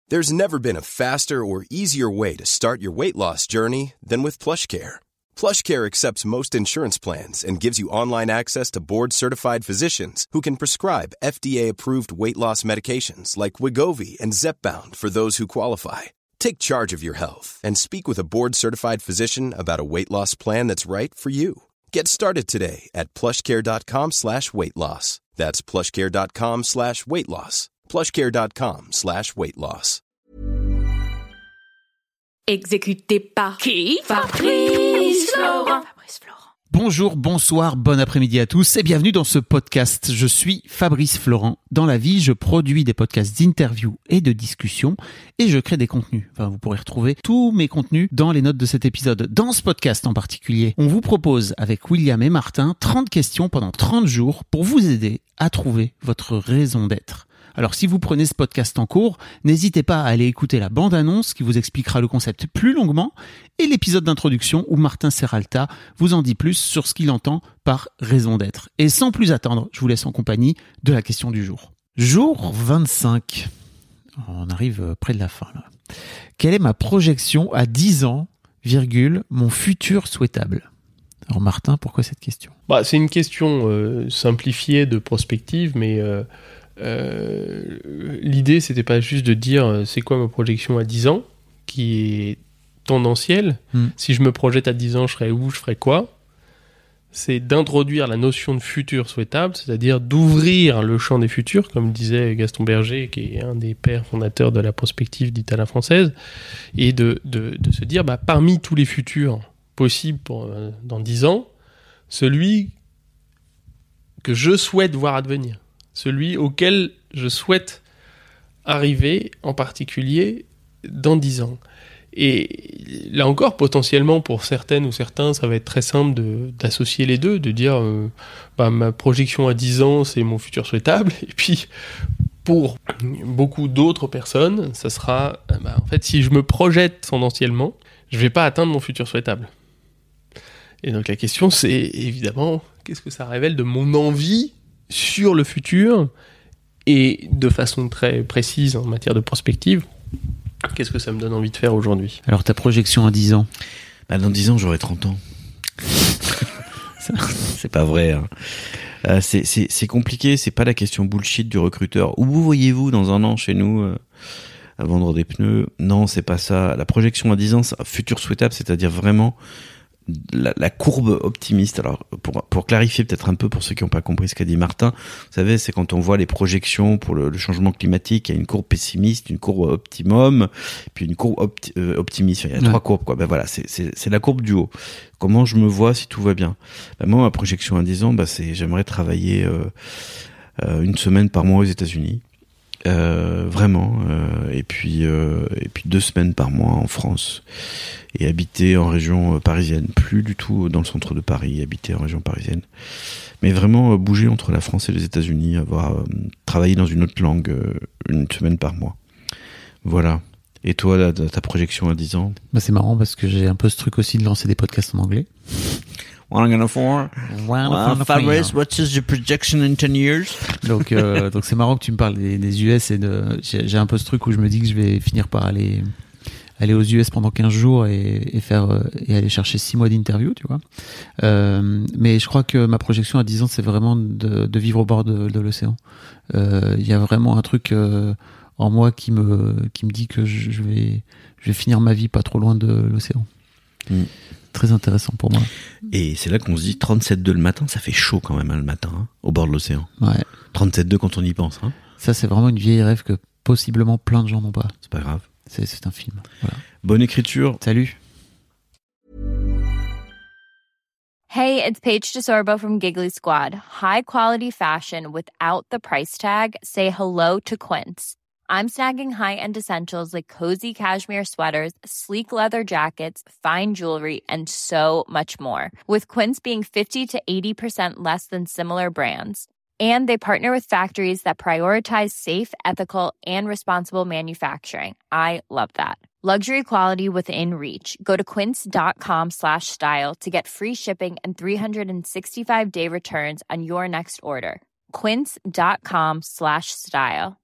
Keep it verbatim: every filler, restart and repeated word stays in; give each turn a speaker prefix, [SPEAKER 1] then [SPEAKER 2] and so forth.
[SPEAKER 1] There's never been a faster or easier way to start your weight loss journey than with PlushCare. PlushCare accepts most insurance plans and gives you online access to board-certified physicians who can prescribe F D A-approved weight loss medications like Wegovy and Zepbound for those who qualify. Take charge of your health and speak with a board-certified physician about a weight loss plan that's right for you. Get started today at plushcare.com slash weight loss. That's plushcare.com slash weight loss. plushcare.com slash weight loss.
[SPEAKER 2] Exécuté par qui? Fabrice Florent. Fabrice Florent.
[SPEAKER 3] Bonjour, bonsoir, bon après-midi à tous et bienvenue dans ce podcast. Je suis Fabrice Florent. Dans la vie, je produis des podcasts d'interviews et de discussions et je crée des contenus. Enfin, vous pourrez retrouver tous mes contenus dans les notes de cet épisode. Dans ce podcast en particulier, on vous propose avec William et Martin trente questions pendant trente jours pour vous aider à trouver votre raison d'être. Alors si vous prenez ce podcast en cours, n'hésitez pas à aller écouter la bande-annonce qui vous expliquera le concept plus longuement et l'épisode d'introduction où Martin Serralta vous en dit plus sur ce qu'il entend par raison d'être. Et sans plus attendre, je vous laisse en compagnie de la question du jour. Jour vingt-cinq. On arrive près de la fin là. Quelle est ma projection à dix ans, virgule, mon futur souhaitable ? Alors Martin, pourquoi cette question ?
[SPEAKER 4] Bah, c'est une question euh, simplifiée de prospective, mais... Euh... Euh, l'idée c'était pas juste de dire euh, c'est quoi ma projection à dix ans qui est tendancielle, mm. si je me projette à dix ans je ferai où, je ferai quoi, c'est d'introduire la notion de futur souhaitable, c'est-à-dire d'ouvrir le champ des futurs, comme disait Gaston Berger qui est un des pères fondateurs de la prospective dite à la française, et de, de, de se dire bah, parmi tous les futurs possibles pour, euh, dans dix ans, celui que je souhaite voir advenir, celui auquel je souhaite arriver, en particulier dans dix ans. Et là encore, potentiellement, pour certaines ou certains, ça va être très simple de, d'associer les deux, de dire euh, bah, ma projection à dix ans, c'est mon futur souhaitable. Et puis, pour beaucoup d'autres personnes, ça sera, bah, en fait, si je me projette tendanciellement, je ne vais pas atteindre mon futur souhaitable. Et donc la question, c'est évidemment, qu'est-ce que ça révèle de mon envie sur le futur, et de façon très précise en matière de prospective, qu'est-ce que ça me donne envie de faire aujourd'hui ?
[SPEAKER 3] Alors ta projection à dix ans ?
[SPEAKER 5] Bah, dans dix ans, j'aurai trente ans. C'est pas vrai. Hein. Euh, c'est, c'est, c'est compliqué, c'est pas la question bullshit du recruteur. Où vous voyez-vous dans un an chez nous euh, à vendre des pneus ? Non, c'est pas ça. La projection à dix ans, c'est un futur souhaitable, c'est-à-dire vraiment La, la courbe optimiste. Alors pour, pour clarifier peut-être un peu pour ceux qui n'ont pas compris ce qu'a dit Martin, vous savez, c'est quand on voit les projections pour le, le changement climatique, il y a une courbe pessimiste, une courbe optimum, puis une courbe opti- euh, optimiste. Il y a ouais. trois courbes, quoi. Ben voilà, c'est, c'est, c'est la courbe du haut. Comment je me vois si tout va bien ? Ben moi, ma projection à dix ans, ben c'est j'aimerais travailler euh, euh, une semaine par mois aux États-Unis. Euh, vraiment euh, et puis euh, et puis deux semaines par mois en France et habiter en région parisienne, plus du tout dans le centre de Paris, habiter en région parisienne, mais vraiment euh, bouger entre la France et les États-Unis, avoir euh, travaillé dans une autre langue euh, une semaine par mois. Voilà. Et toi, la, ta projection à dix ans ?
[SPEAKER 3] Bah c'est marrant parce que j'ai un peu ce truc aussi de lancer des podcasts en anglais.
[SPEAKER 5] One gonna four. Well, Fabrice, what is your projection in ten years?
[SPEAKER 3] Donc, euh, donc c'est marrant que tu me parles des, des U S et de. J'ai, j'ai un peu ce truc où je me dis que je vais finir par aller aller aux U S pendant quinze jours et, et faire et aller chercher six mois d'interview, tu vois. Euh, mais je crois que ma projection à dix ans, c'est vraiment de, de vivre au bord de, de l'océan. Il euh, y a vraiment un truc euh, en moi qui me qui me dit que je, je vais je vais finir ma vie pas trop loin de l'océan. Mm. Très intéressant pour moi.
[SPEAKER 5] Et c'est là qu'on se dit trente-sept deux le matin, ça fait chaud quand même hein, le matin, hein, au bord de l'océan.
[SPEAKER 3] Ouais.
[SPEAKER 5] trente-sept deux quand on y pense. Hein.
[SPEAKER 3] Ça, c'est vraiment une vieille rêve que possiblement plein de gens n'ont pas.
[SPEAKER 5] C'est pas grave.
[SPEAKER 3] C'est, c'est un film. Voilà.
[SPEAKER 5] Bonne écriture.
[SPEAKER 3] Salut.
[SPEAKER 6] Hey, it's Paige DeSorbo from Giggly Squad. High quality fashion without the price tag. Say hello to Quince. I'm snagging high-end essentials like cozy cashmere sweaters, sleek leather jackets, fine jewelry, and so much more. With Quince being fifty to eighty percent less than similar brands. And they partner with factories that prioritize safe, ethical, and responsible manufacturing. I love that. Luxury quality within reach. Go to quince.com slash style to get free shipping and three sixty-five day returns on your next order. Quince.com slash style.